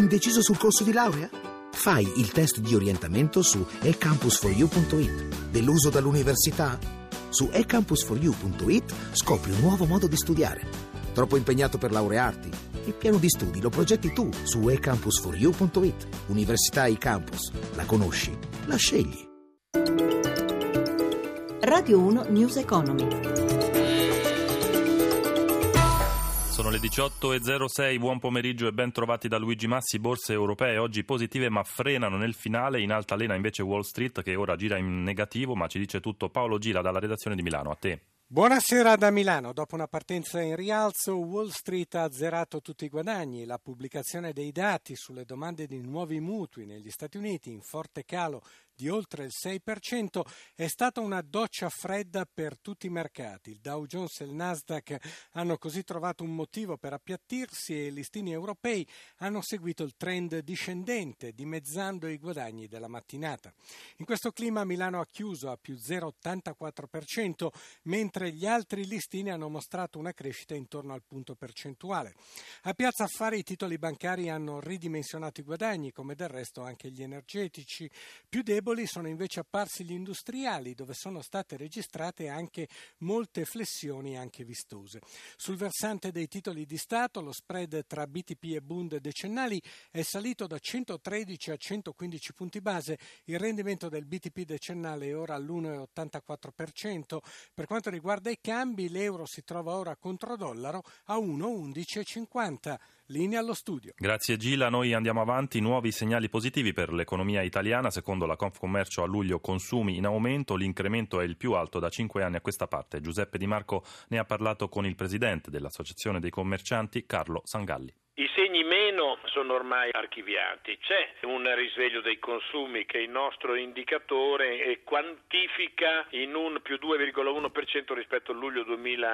Indeciso sul corso di laurea? Fai il test di orientamento su ecampus4u.it. Deluso dall'università? Su ecampus4u.it scopri un nuovo modo di studiare. Troppo impegnato per laurearti? Il piano di studi lo progetti tu su ecampus4u.it. Università eCampus. La conosci? La scegli. Radio 1 News Economy. Sono le 18.06, buon pomeriggio e ben trovati da Luigi Massi. Borse europee oggi positive ma frenano nel finale, in altalena invece Wall Street che ora gira in negativo, ma ci dice tutto Paolo Gira dalla redazione di Milano. A te. Buonasera da Milano. Dopo una partenza in rialzo, Wall Street ha azzerato tutti i guadagni. La pubblicazione dei dati sulle domande di nuovi mutui negli Stati Uniti, in forte calo di oltre il 6%, è stata una doccia fredda per tutti i mercati. Il Dow Jones e il Nasdaq hanno così trovato un motivo per appiattirsi e i listini europei hanno seguito il trend discendente, dimezzando i guadagni della mattinata. In questo clima Milano ha chiuso a più 0,84%, mentre gli altri listini hanno mostrato una crescita intorno al punto percentuale. A Piazza Affari i titoli bancari hanno ridimensionato i guadagni, come del resto anche gli energetici. Più deboli sono invece apparsi gli industriali, dove sono state registrate anche molte flessioni anche vistose. Sul versante dei titoli di Stato, lo spread tra BTP e Bund decennali è salito da 113 a 115 punti base. Il rendimento del BTP decennale è ora all'1,84%. Per quanto riguarda i cambi, l'euro si trova ora contro dollaro a 1,1150. Linea allo studio. Grazie Gila, noi andiamo avanti. Nuovi segnali positivi per l'economia italiana. Secondo la Confcommercio a luglio consumi in aumento, l'incremento è il più alto da 5 anni a questa parte. Giuseppe Di Marco ne ha parlato con il presidente dell'Associazione dei Commercianti, Carlo Sangalli. I segni meno sono ormai archiviati, c'è un risveglio dei consumi che il nostro indicatore quantifica in un più 2,1% rispetto a luglio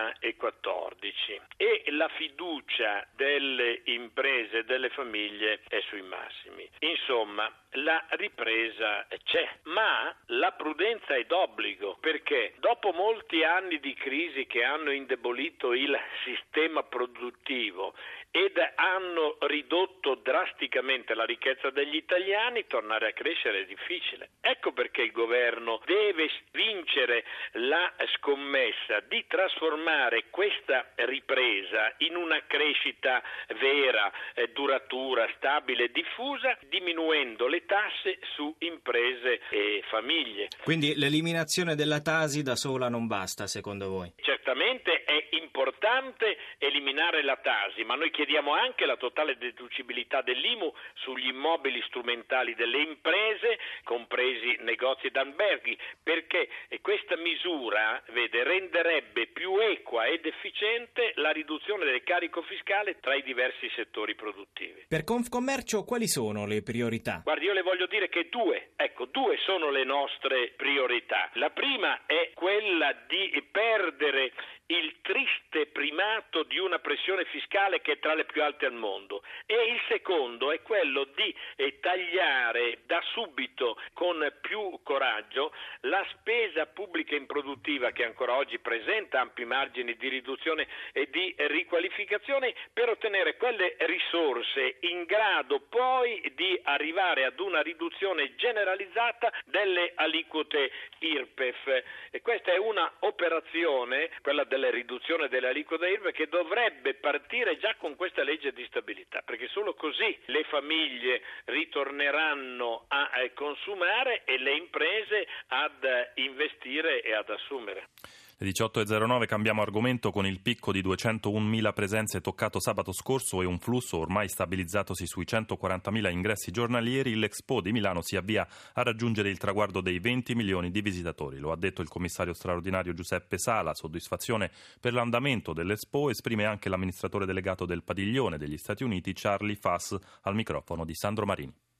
2014 e la fiducia delle imprese e delle famiglie è sui massimi. Insomma, la ripresa c'è, ma la prudenza è d'obbligo, perché dopo molti anni di crisi che hanno indebolito il sistema produttivo ed hanno ridotto drasticamente la ricchezza degli italiani, tornare a crescere è difficile. Ecco perché il governo deve vincere la scommessa di trasformare questa ripresa in una crescita vera, duratura, stabile e diffusa, diminuendo le tasse su imprese e famiglie. Quindi l'eliminazione della Tasi da sola non basta, secondo voi? Certamente è importante eliminare la Tasi, ma noi chiediamo anche la totale deducibilità dell'IMU sugli immobili strumentali delle imprese, compresi negozi ed alberghi, perché questa misura, renderebbe più equa ed efficiente la riduzione del carico fiscale tra i diversi settori produttivi. Per Confcommercio quali sono le priorità? Guardi, io le voglio dire che due sono le nostre priorità. La prima è quella di perdere il triste primato di una pressione fiscale che è tra le più alte al mondo, e il secondo è quello di tagliare da subito con più coraggio la spesa pubblica improduttiva, che ancora oggi presenta ampi margini di riduzione e di riqualificazione, per ottenere quelle risorse in grado poi di arrivare ad una riduzione generalizzata delle aliquote IRPEF. E questa è una operazione, quella della riduzione delle aliquote IRPEF, che dovrebbe partire già con questa legge di stabilità, perché solo così le famiglie ritorneranno a consumare e le imprese ad investire e ad assumere. Le 18.09 cambiamo argomento. Con il picco di 201.000 presenze toccato sabato scorso e un flusso ormai stabilizzatosi sui 140.000 ingressi giornalieri, l'Expo di Milano si avvia a raggiungere il traguardo dei 20 milioni di visitatori. Lo ha detto il commissario straordinario Giuseppe Sala. Soddisfazione per l'andamento dell'Expo esprime anche l'amministratore delegato del padiglione degli Stati Uniti, Charlie Fass, al microfono di Sandro Marini.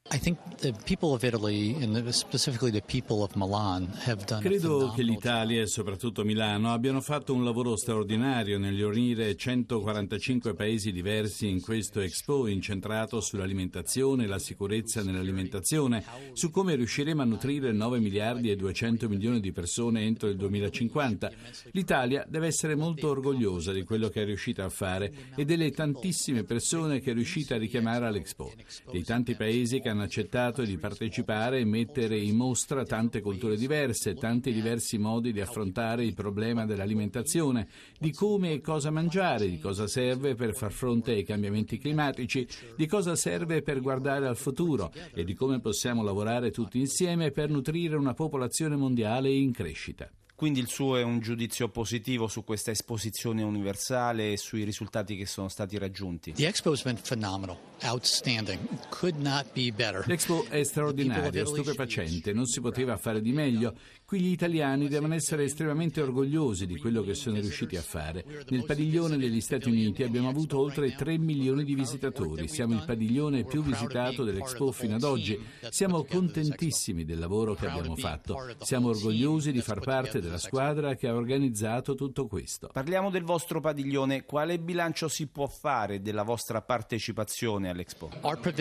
Credo che l'Italia e soprattutto Milano abbiano fatto un lavoro straordinario nel riunire 145 paesi diversi in questo Expo incentrato sull'alimentazione e la sicurezza nell'alimentazione, su come riusciremo a nutrire 9 miliardi e 200 milioni di persone entro il 2050. L'Italia deve essere molto orgogliosa di quello che è riuscita a fare e delle tantissime persone che è riuscita a richiamare all'Expo, dei tanti paesi che hanno accettato di partecipare e mettere in mostra tante culture diverse, tanti diversi modi di affrontare il problema dell'alimentazione, di come e cosa mangiare, di cosa serve per far fronte ai cambiamenti climatici, di cosa serve per guardare al futuro e di come possiamo lavorare tutti insieme per nutrire una popolazione mondiale in crescita. Quindi il suo è un giudizio positivo su questa esposizione universale e sui risultati che sono stati raggiunti? The Expo has been phenomenal, outstanding, could not be better. L'Expo è straordinario, stupefacente, non si poteva fare di meglio. Qui gli italiani devono essere estremamente orgogliosi di quello che sono riusciti a fare. Nel padiglione degli Stati Uniti abbiamo avuto oltre 3 milioni di visitatori. Siamo il padiglione più visitato dell'Expo fino ad oggi. Siamo contentissimi del lavoro che abbiamo fatto. Siamo orgogliosi di far parte della squadra che ha organizzato tutto questo. Parliamo del vostro padiglione. Quale bilancio si può fare della vostra partecipazione all'Expo?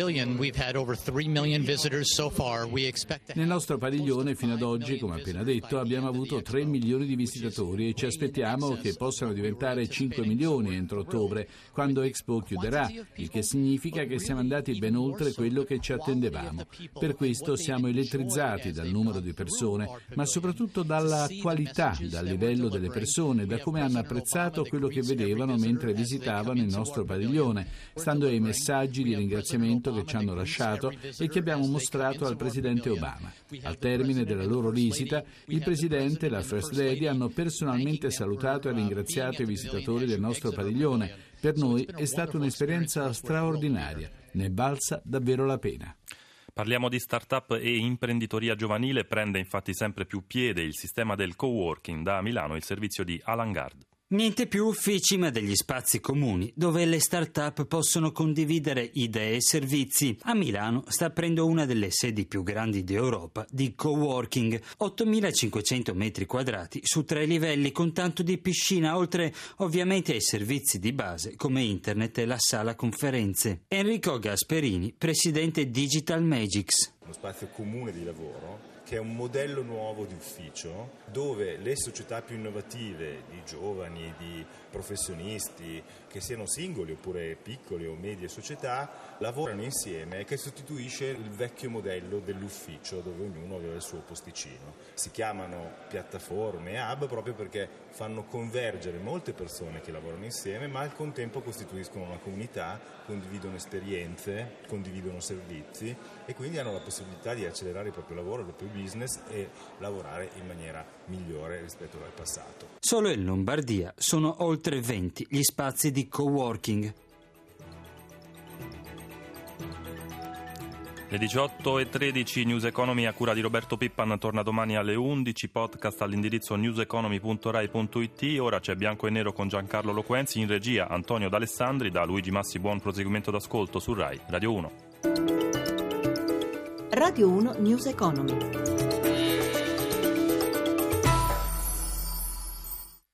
Nel nostro padiglione fino ad oggi, come appena detto, abbiamo avuto 3 milioni di visitatori e ci aspettiamo che possano diventare 5 milioni entro ottobre, quando Expo chiuderà, il che significa che siamo andati ben oltre quello che ci attendevamo. Per questo siamo elettrizzati dal numero di persone, ma soprattutto dalla qualità, dal livello delle persone, da come hanno apprezzato quello che vedevano mentre visitavano il nostro padiglione, stando ai messaggi di ringraziamento che ci hanno lasciato e che abbiamo mostrato al Presidente Obama. Al termine della loro visita, il Presidente e la First Lady hanno personalmente salutato e ringraziato i visitatori del nostro padiglione. Per noi è stata un'esperienza straordinaria, ne è valsa davvero la pena. Parliamo di start-up e imprenditoria giovanile, prende infatti sempre più piede il sistema del coworking. Da Milano il servizio di Alan Gard. Niente più uffici, ma degli spazi comuni dove le start-up possono condividere idee e servizi. A Milano sta aprendo una delle sedi più grandi d'Europa di coworking, 8.500 metri quadrati su 3 livelli con tanto di piscina, oltre ovviamente ai servizi di base come internet e la sala conferenze. Enrico Gasperini, presidente Digital Magics. Uno spazio comune di lavoro che è un modello nuovo di ufficio dove le società più innovative di giovani, di professionisti, che siano singoli oppure piccole o medie società, lavorano insieme, che sostituisce il vecchio modello dell'ufficio dove ognuno aveva il suo posticino. Si chiamano piattaforme e hub proprio perché fanno convergere molte persone che lavorano insieme, ma al contempo costituiscono una comunità, condividono esperienze, condividono servizi e quindi hanno la possibilità di accelerare il proprio lavoro, il proprio business e lavorare in maniera migliore rispetto al passato. Solo in Lombardia sono oltre 20 gli spazi di coworking. Le 18:13, News Economy a cura di Roberto Pippan torna domani alle 11, podcast all'indirizzo newseconomy.rai.it. Ora c'è Bianco e Nero con Giancarlo Loquenzi, in regia Antonio D'Alessandri, da Luigi Massi buon proseguimento d'ascolto su Rai Radio 1. Radio 1 News Economy.